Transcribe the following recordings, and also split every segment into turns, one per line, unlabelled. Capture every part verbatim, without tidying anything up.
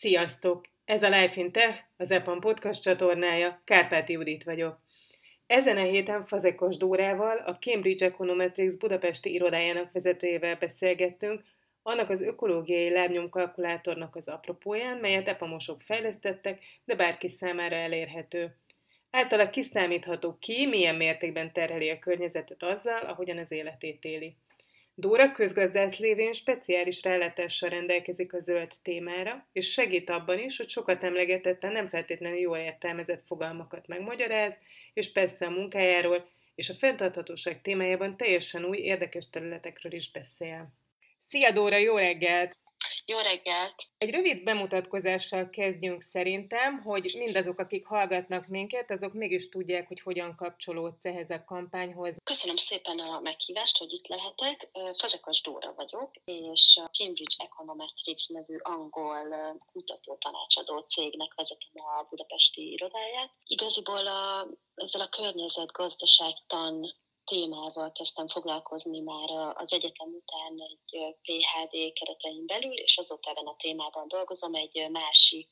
Sziasztok! Ez a Life in Tech, az e pé á em podcast csatornája, Kárpáti Judit vagyok. Ezen a héten Fazekas Dórával, a Cambridge Econometrics budapesti irodájának vezetőjével beszélgettünk, annak az ökológiai lábnyomkalkulátornak az apropóján, melyet e pé á em-osok fejlesztettek, de bárki számára elérhető. Általa kiszámítható ki, milyen mértékben terheli a környezetet azzal, ahogyan az életét éli. Dóra közgazdász lévén speciális rálátással rendelkezik a zöld témára, és segít abban is, hogy sokat emlegetetten nem feltétlenül jól értelmezett fogalmakat megmagyaráz, és persze a munkájáról és a fenntarthatóság témájában teljesen új, érdekes területekről is beszél. Szia Dóra, jó reggelt!
Jó reggelt!
Egy rövid bemutatkozással kezdjünk szerintem, hogy mindazok, akik hallgatnak minket, azok mégis tudják, hogy hogyan kapcsolódsz ehhez a kampányhoz.
Köszönöm szépen a meghívást, hogy itt lehetek. Fazekas Dóra vagyok, és a Cambridge Econometrics nevű angol kutatótanácsadó cégnek vezetem a budapesti irodáját. Igaziból a, ezzel a környezetgazdaságtan témával kezdtem foglalkozni már az egyetem után egy pé há dé keretein belül, és azóta ebben a témában dolgozom, egy másik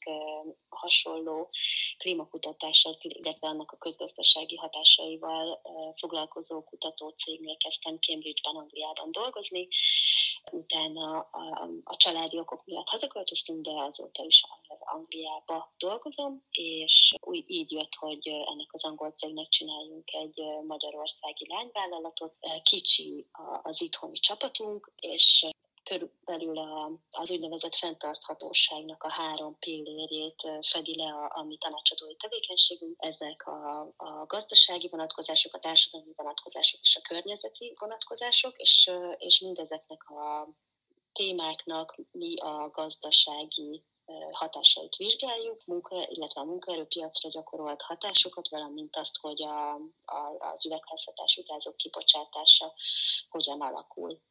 hasonló klímakutatással, illetve annak a közgazdasági hatásaival foglalkozó kutatócégnél kezdtem Cambridge-ben, Angliában dolgozni. Utána a, a, a családi okok miatt hazaköltöztünk, de azóta is Angliába dolgozom, és úgy így jött, hogy ennek az angol cégnek csináljunk egy magyarországi lányvállalatot. Kicsi az itthoni csapatunk, és körülbelül az úgynevezett fenntarthatóságnak a három pillérjét fedi le a, a mi tanácsadói tevékenységünk. Ezek a, a gazdasági vonatkozások, a társadalmi vonatkozások és a környezeti vonatkozások, és, és mindezeknek a témáknak mi a gazdasági hatásait vizsgáljuk, munka, illetve a munkaerőpiacra gyakorolt hatásokat, valamint azt, hogy a, a, az üvegházhatású gázok kibocsátása hogyan alakul.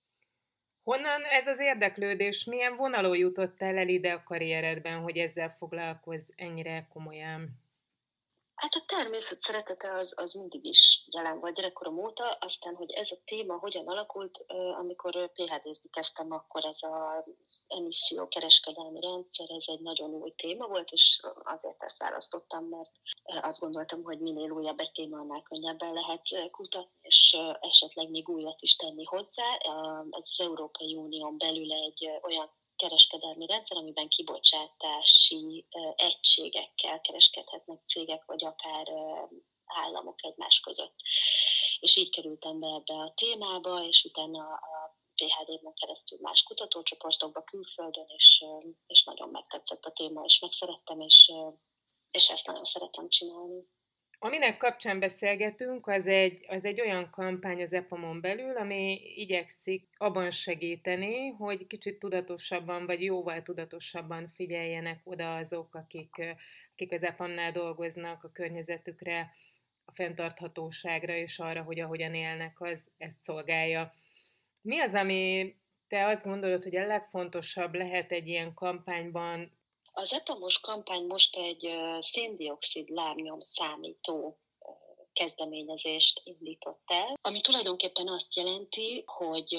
Honnan ez az érdeklődés, milyen vonalon jutottál el ide a karrieredben, hogy ezzel foglalkozz ennyire komolyan?
Hát a természet szeretete az, az mindig is jelen volt gyerekkorom óta, aztán, hogy ez a téma hogyan alakult, amikor pé há dé-zni kezdtem, akkor ez az emissziókereskedelmi rendszer, ez egy nagyon új téma volt, és azért ezt választottam, mert azt gondoltam, hogy minél újabb egy téma, annál könnyebben lehet kutatni, és esetleg még újat is tenni hozzá. Ez az Európai Unión belül egy olyan kereskedelmi rendszer, amiben kibocsátási egységekkel kereskedhetnek cégek, vagy akár államok egymás között. És így kerültem be ebbe a témába, és utána a pé há dé-ben keresztül más kutatócsoportokba külföldön, és, és nagyon megtetszett a téma, és megszerettem, és, és ezt nagyon szeretem csinálni.
Aminek kapcsán beszélgetünk, az egy, az egy olyan kampány az e pé á em-on belül, ami igyekszik abban segíteni, hogy kicsit tudatosabban, vagy jóval tudatosabban figyeljenek oda azok, akik, akik az e pé á em-nál dolgoznak, a környezetükre, a fenntarthatóságra, és arra, hogy ahogyan élnek, az ezt szolgálja. Mi az, ami te azt gondolod, hogy a legfontosabb lehet egy ilyen kampányban?
Az e pé á em-os kampány most egy szén-dioxid lábnyom számító kezdeményezést indított el, ami tulajdonképpen azt jelenti, hogy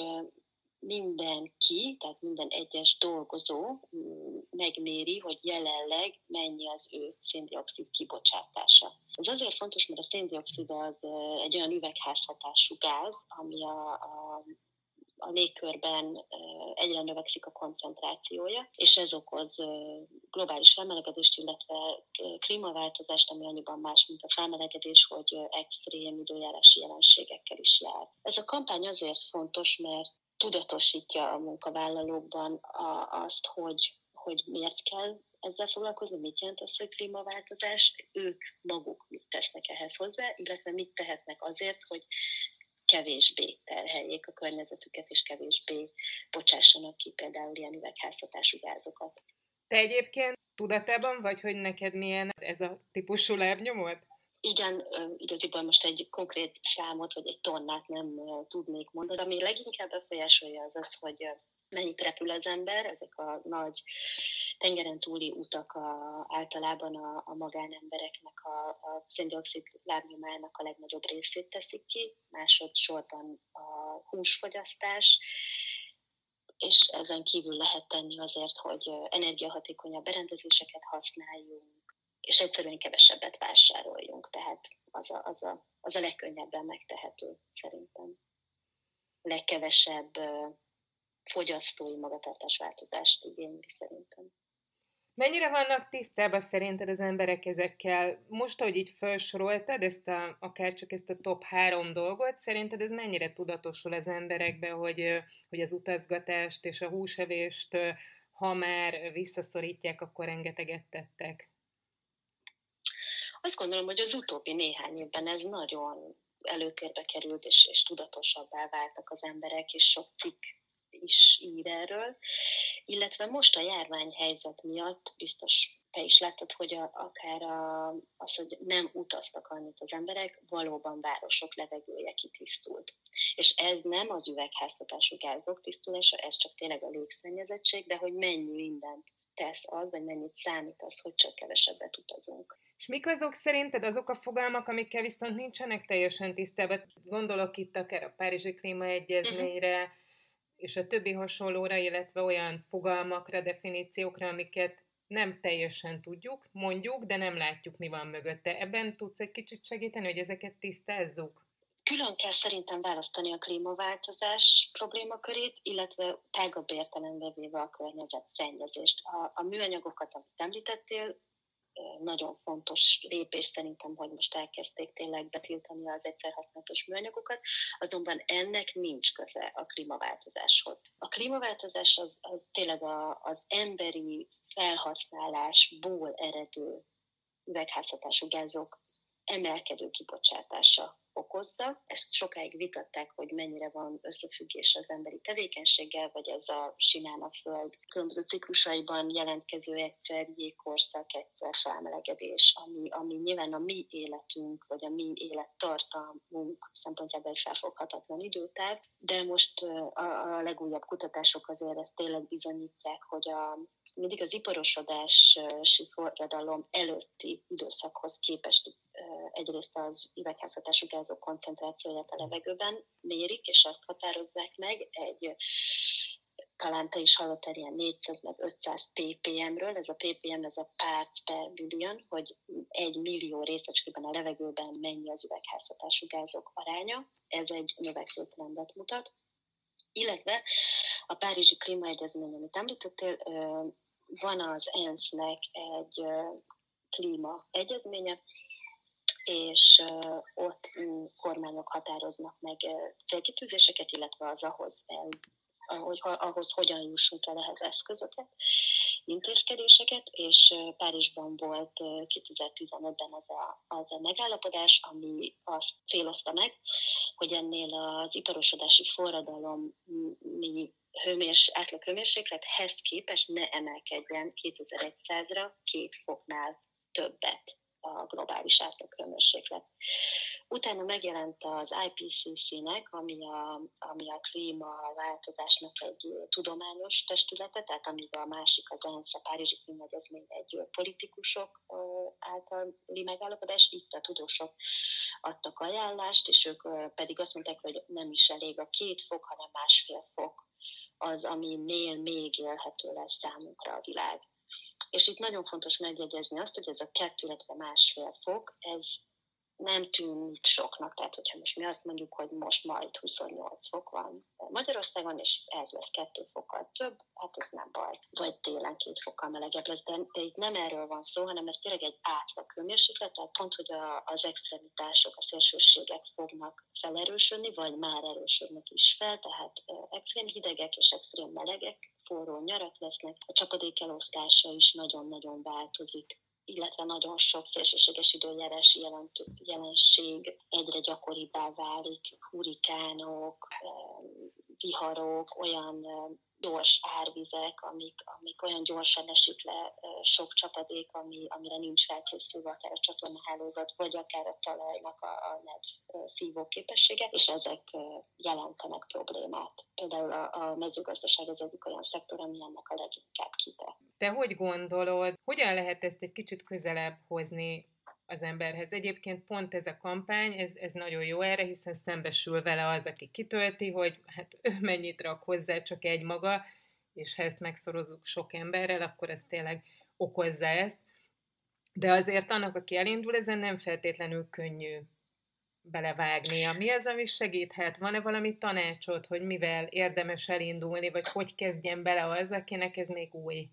mindenki, tehát minden egyes dolgozó megméri, hogy jelenleg mennyi az ő szén-dioxid kibocsátása. Ez azért fontos, mert a szén-dioxid az egy olyan üvegházhatású gáz, ami a, a a légkörben egyre növekszik a koncentrációja, és ez okoz globális felmelegedést, illetve klímaváltozást, ami annyiban más, mint a felmelegedés, hogy extrém időjárási jelenségekkel is jár. Ez a kampány azért fontos, mert tudatosítja a munkavállalókban azt, hogy, hogy miért kell ezzel foglalkozni, mit jelent az, hogy klímaváltozás, ők maguk mit tesznek ehhez hozzá, illetve mit tehetnek azért, hogy kevésbé terheljék a környezetüket, és kevésbé bocsássanak ki például ilyen üvegházhatású gázokat.
Te egyébként tudatában vagy, hogy neked milyen ez a típusú lábnyomod?
Igen, igaziból most egy konkrét számot, vagy egy tonnát nem tudnék mondani. Ami leginkább befolyásolja az az, hogy mennyit repül az ember, ezek a nagy tengeren túli utak a, általában a, a magánembereknek a, a szén-dioxid lábnyomának a legnagyobb részét teszik ki, másodszorban a húsfogyasztás, és ezen kívül lehet tenni azért, hogy energiahatékonyabb berendezéseket használjunk, és egyszerűen kevesebbet vásároljunk. Tehát az a, az a, az a legkönnyebben megtehető szerintem. Legkevesebb fogyasztói magatartásváltozást igényli szerintem.
Mennyire vannak tisztában szerinted az emberek ezekkel? Most, ahogy így felsoroltad, ezt a, akár csak ezt a top három dolgot, szerinted ez mennyire tudatosul az emberekbe, hogy, hogy az utazgatást és a húsevést, ha már visszaszorítják, akkor rengeteget tettek?
Azt gondolom, hogy az utóbbi néhány évben ez nagyon előtérbe került, és, és tudatosabbá váltak az emberek, és sok cikk is ír erről, illetve most a járványhelyzet miatt biztos te is láttad, hogy a, akár a, az, hogy nem utaztak annyit az emberek, valóban városok levegője kitisztult. És ez nem az üvegházhatású gázok tisztulása, ez csak tényleg a légszennyezettség, de hogy mennyi mindent tesz az, vagy mennyit számít az, hogy csak kevesebbet utazunk.
És mik azok szerinted azok a fogalmak, amikkel viszont nincsenek teljesen tisztában? Gondolok itt akár a Párizsi Klímaegyezményre, uh-huh. és a többi hasonlóra, illetve olyan fogalmakra, definíciókra, amiket nem teljesen tudjuk, mondjuk, de nem látjuk, mi van mögötte. Ebben tudsz egy kicsit segíteni, hogy ezeket tisztázzuk?
Külön kell szerintem választani a klímaváltozás problémakörét, illetve tágabb értelembe véve a környezetszennyezést. A, a műanyagokat, amit említettél, nagyon fontos lépés szerintem, hogy most elkezdték tényleg betiltani az egyszerhasználatos műanyagokat, azonban ennek nincs köze a klímaváltozáshoz. A klímaváltozás az, az tényleg a, az emberi felhasználásból eredő üvegházhatású gázok emelkedő kibocsátása okozza. Ezt sokáig vitatták, hogy mennyire van összefüggés az emberi tevékenységgel, vagy ez a simán a Föld különböző ciklusaiban jelentkező egyszer jégkorszak, egyszer felmelegedés, ami, ami nyilván a mi életünk, vagy a mi élettartamunk szempontjából felfoghatatlan időtáv, de most a, a legújabb kutatások azért ezt tényleg bizonyítják, hogy a, mindig az iparosodási forradalom előtti időszakhoz képest egyrészt az üvegházhatású gázok koncentrációját a levegőben mérik, és azt határozzák meg egy, talán te is hallottál ilyen négyszáz meg ötszáz ppm-ről, ez a ppm, ez a parts per billion, hogy egy millió részecskében a levegőben mennyi az üvegházhatású gázok aránya, ez egy növekvő trendet mutat. Illetve a Párizsi Klímaegyezmény, amit említettél, van az é en es nek egy klímaegyezménye, és uh, ott um, kormányok határoznak meg uh, célkitűzéseket, illetve az ahhoz, el, ahogy, ha, ahhoz hogyan jussunk el ehhez eszközöket, intézkedéseket, és uh, Párizsban volt uh, kétezer-tizenötben az a, az a megállapodás, ami azt célozta meg, hogy ennél az iparosodási forradalom mi hőmérs, átlag hőmérséklethez képest ne emelkedjen kétezer-százra két foknál többet a globális átlaghőmérséklet. Utána megjelent az i pé cé cé-nek, ami a, ami a klímaváltozásnak egy tudományos testülete, tehát amíg a másik az é en es, a Párizsi Klímaegyezmény egy politikusok általi megállapodás, itt a tudósok adtak ajánlást, és ők pedig azt mondták, hogy nem is elég a két fok, hanem másfél fok az, aminél még élhető lesz számunkra a világ. És itt nagyon fontos megjegyezni azt, hogy ez a kettő, illetve másfél fok, ez nem tűnik soknak. Tehát, hogyha most mi azt mondjuk, hogy most majd huszonnyolc fok van Magyarországon, és ez lesz kettő fokkal több, hát ez nem baj. Vagy télen két fokkal melegebb lesz, de, de itt nem erről van szó, hanem ez tényleg egy átlag hőmérséklet, tehát pont, hogy a, az extremitások, a szélsőségek fognak felerősödni, vagy már erősödnek is fel, tehát extrém hidegek és extrém melegek, forró nyarak lesznek, a csapadék elosztása is nagyon-nagyon változik, illetve nagyon sok szélsőséges időjárási jelent, jelenség egyre gyakoribbá válik, hurikánok, viharok, olyan gyors árvizek, amik, amik olyan gyorsan esik le sok csapadék, ami, amire nincs felkészülve akár a csatornahálózat, vagy akár a talajnak a, a nedv szívó képessége, és ezek jelentenek problémát. Például a, a mezőgazdaság az egyik olyan szektor, ami ennek a leginkább kitett.
Te hogy gondolod, hogyan lehet ezt egy kicsit közelebb hozni az emberhez. Egyébként pont ez a kampány, ez, ez nagyon jó erre, hiszen szembesül vele az, aki kitölti, hogy hát ő mennyit rak hozzá, csak egy maga, és ha ezt megszorozzuk sok emberrel, akkor ez tényleg okozza ezt. De azért annak, aki elindul, ezen nem feltétlenül könnyű belevágnia. Mi az, ami segíthet? Van-e valami tanácsod, hogy mivel érdemes elindulni, vagy hogy kezdjen bele az, akinek ez még új?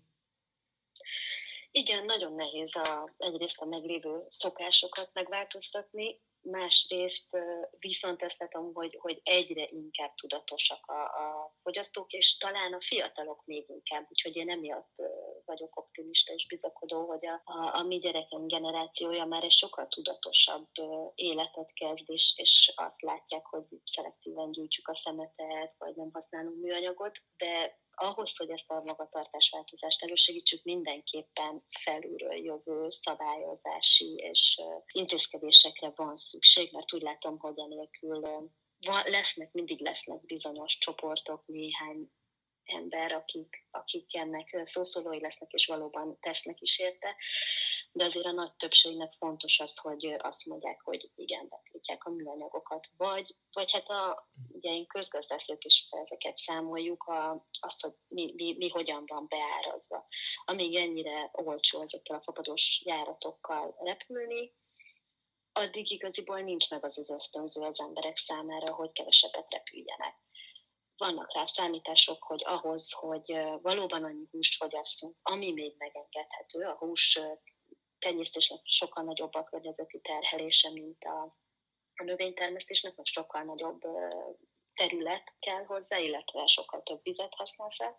Igen, nagyon nehéz a, egyrészt a meglévő szokásokat megváltoztatni, másrészt viszont ezt látom, hogy, hogy egyre inkább tudatosak a, a fogyasztók, és talán a fiatalok még inkább, úgyhogy én emiatt vagyok optimista és bizakodó, hogy a, a, a mi gyerekeink generációja már egy sokkal tudatosabb életet kezd, és, és azt látják, hogy szelektíven gyűjtjük a szemetet, vagy nem használunk műanyagot, de ahhoz, hogy ezt a magatartásváltozást elősegítsük, mindenképpen felülről jövő szabályozási és intézkedésekre van szükség, mert úgy látom, hogy enélkül lesznek, mindig lesznek bizonyos csoportok, néhány ember, akik, akik ennek szószólói lesznek, és valóban tesznek is érte, de azért a nagy többségnek fontos az, hogy azt mondják, hogy igen, betiltják a műanyagokat, vagy, vagy hát a, ugye én közgazdászok is ezeket számoljuk, a, azt, hogy mi, mi, mi hogyan van beárazva. Amíg ennyire olcsó ezekkel a fapados járatokkal repülni, addig igaziból nincs meg az az ösztönző az emberek számára, hogy kevesebbet repüljenek. Vannak rá számítások, hogy ahhoz, hogy valóban annyi húst fogyasszunk, ami még megengedhető, a hús tenyésztésnek sokkal nagyobb a környezeti terhelése, mint a, a növénytermesztésnek, meg sokkal nagyobb terület kell hozzá, illetve sokkal több vizet használ fel.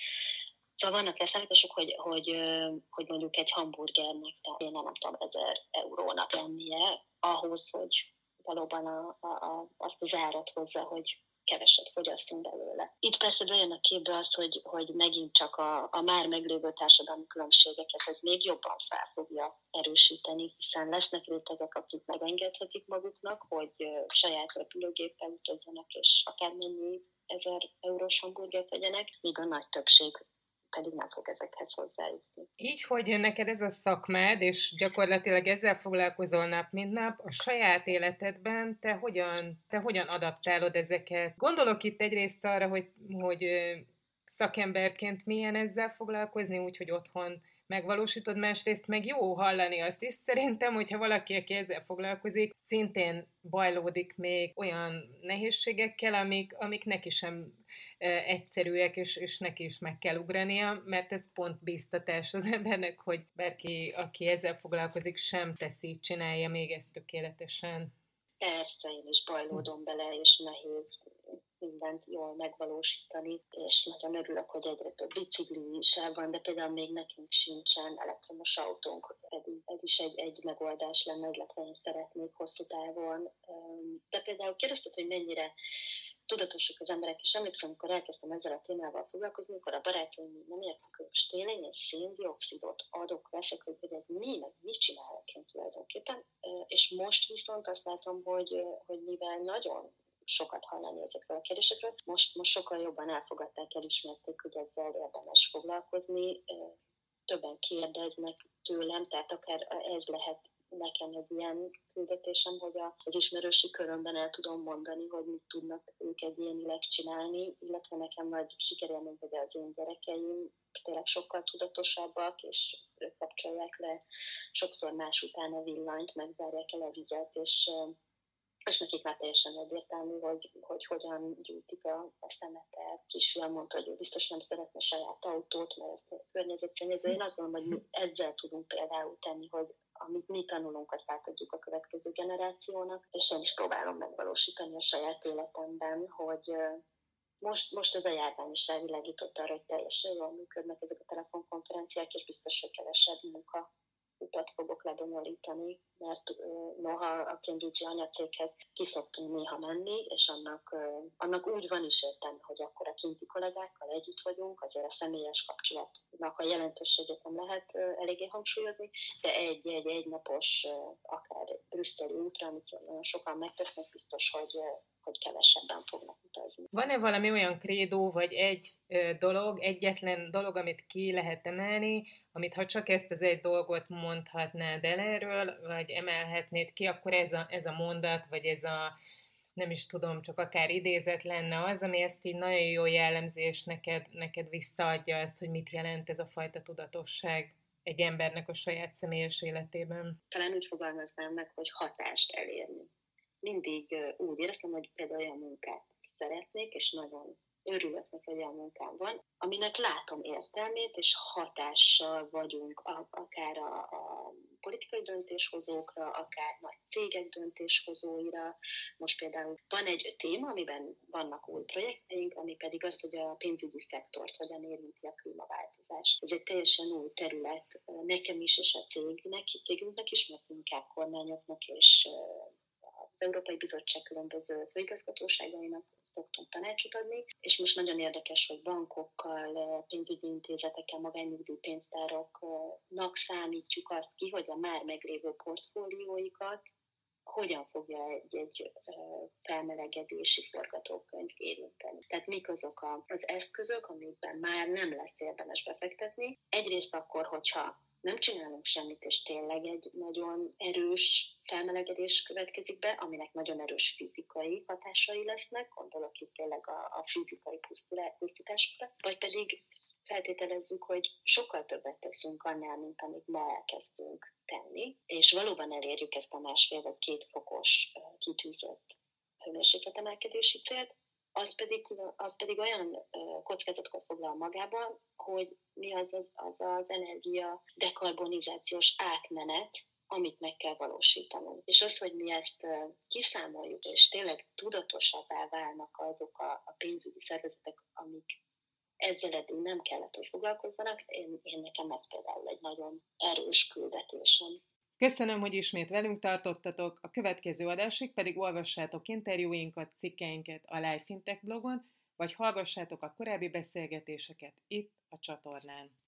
Szóval vannak rá számítások, hogy, hogy, hogy mondjuk egy hamburgernek, tehát én nem tudom, ezer eurónak lennie ahhoz, hogy valóban a, a, a, azt az árat hozza, hogy keveset fogyasszunk belőle. Itt persze bejön a képbe az, hogy, hogy megint csak a, a már meglévő társadalmi különbségeket ez még jobban fel fogja erősíteni, hiszen lesznek rétegek, akik megengedhetik maguknak, hogy saját repülőgéppel utazzanak, és akármennyi ezer eurós hamburgert vegyenek, míg a nagy többség pedig nem fog ezekhez hozzájutni.
Így, hogy neked ez a szakmád, és gyakorlatilag ezzel foglalkozol nap, mint nap, a saját életedben te hogyan, te hogyan adaptálod ezeket? Gondolok itt egyrészt arra, hogy, hogy szakemberként milyen ezzel foglalkozni, úgyhogy otthon megvalósítod, másrészt meg jó hallani azt is. Szerintem, hogyha valaki, aki ezzel foglalkozik, szintén bajlódik még olyan nehézségekkel, amik, amik neki sem e, egyszerűek, és, és neki is meg kell ugrania, mert ez pont bíztatás az embernek, hogy bárki, aki ezzel foglalkozik, sem teszi, csinálja még ezt tökéletesen.
Persze, én is bajlódom bele, és nehéz mindent jól megvalósítani, és nagyon örülök, hogy egyre több bicikli is van, de például még nekünk sincsen elektromos autónk, pedig ez is egy, egy megoldás lenne, illetve én szeretnék hosszú távon. De például kérdezted, hogy mennyire tudatosak az emberek, és emlékszem, amikor elkezdtem ezzel a témával foglalkozni, akkor a barátaim nem értek, hogy most tényleg egy széndioxidot adok, veszek, hogy ez mi, meg mit csinálok én tulajdonképpen, és most viszont azt látom, hogy, hogy mivel nagyon sokat hallani ezekről a kérdésekről. Most, most sokkal jobban elfogadták, elismerték, hogy ezzel érdemes foglalkozni. Többen kérdeznek tőlem, tehát akár ez lehet nekem egy ilyen küldetésem, hogy az ismerősi körömben el tudom mondani, hogy mit tudnak ők egyénileg csinálni, illetve nekem nagy sikerélmény, hogy az én gyerekeim tényleg sokkal tudatosabbak, és ők kapcsolják le sokszor más után a villanyt, megzárják el a vizet, és és nekik már teljesen egyértelmű, hogy, hogy hogyan gyűjtik a, a szemetet. Kisfiam mondta, hogy ő biztos nem szeretne saját autót, mert ez a környezetszennyező. Én azt gondolom, hogy mi ezzel tudunk például tenni, hogy amit mi tanulunk, azt átadjuk a következő generációnak, és én is próbálom megvalósítani a saját életemben, hogy most, most ez a járvány is rávilágított arra, hogy teljesen jól működnek ezek a telefonkonferenciák, és biztos, hogy kevesebb munka utat fogok lebonyolítani, mert uh, noha a Cambridge-i anyacéghez ki szoktunk néha menni, és annak, uh, annak úgy van is értelme, hogy akkor a kinti kollégákkal együtt vagyunk, azért a személyes kapcsolatnak a jelentőségét nem lehet uh, eléggé hangsúlyozni, de egy-egy egynapos, uh, akár brüsszeli útra, amit nagyon sokan megtesznek, biztos, hogy uh, hogy kevesebben fognak utazni.
Van-e valami olyan krédó, vagy egy ö, dolog, egyetlen dolog, amit ki lehet emelni, amit ha csak ezt az egy dolgot mondhatnád el erről, vagy emelhetnéd ki, akkor ez a, ez a mondat, vagy ez a, nem is tudom, csak akár idézet lenne az, ami ezt így nagyon jó jellemzés neked, neked visszaadja ezt, hogy mit jelent ez a fajta tudatosság egy embernek a saját személyes életében.
Talán úgy fogalmaznám meg, hogy hatást elérni. Mindig úgy éreztem, hogy például olyan munkát szeretnék, és nagyon örülök neki, hogy olyan munkám van, aminek látom értelmét, és hatással vagyunk akár a, a politikai döntéshozókra, akár nagy cégek döntéshozóira. Most például van egy téma, amiben vannak új projekteink, ami pedig az, hogy a pénzügyi szektort hogyan érinti a klímaváltozás. Ez egy teljesen új terület nekem is, és a cégnek, cégünknek is, mert inkább kormányoknak és az Európai Bizottság különböző főigazgatóságainak szoktunk tanácsot adni, és most nagyon érdekes, hogy bankokkal, pénzügyi intézetekkel, magánnyugdíjpénztároknak számítjuk azt ki, hogy a már meglévő portfólióikat hogyan fogja egy, egy felmelegedési forgatókönyv érinteni. Tehát mik azok az eszközök, amikben már nem lesz érdemes befektetni. Egyrészt akkor, hogyha nem csinálunk semmit, és tényleg egy nagyon erős felmelegedés következik be, aminek nagyon erős fizikai hatásai lesznek, gondolok itt tényleg a, a fizikai pusztításokra, vagy pedig feltételezzük, hogy sokkal többet teszünk annál, mint amit ma elkezdtünk tenni, és valóban elérjük ezt a másfél vagy két fokos kitűzött hőmérsékletemelkedési célt, az pedig, az pedig olyan kockázatokat foglal magában, hogy mi az az, az az energia dekarbonizációs átmenet, amit meg kell valósítanunk. És az, hogy mi ezt kiszámoljuk, és tényleg tudatosabbá válnak azok a, a pénzügyi szervezetek, amik ezzel eddig nem kellett, hogy foglalkozzanak, én, én nekem ez például egy nagyon erős küldetésem.
Köszönöm, hogy ismét velünk tartottatok, a következő adásig pedig olvassátok interjúinkat, cikkeinket a Life Fintech blogon, vagy hallgassátok a korábbi beszélgetéseket itt a csatornán.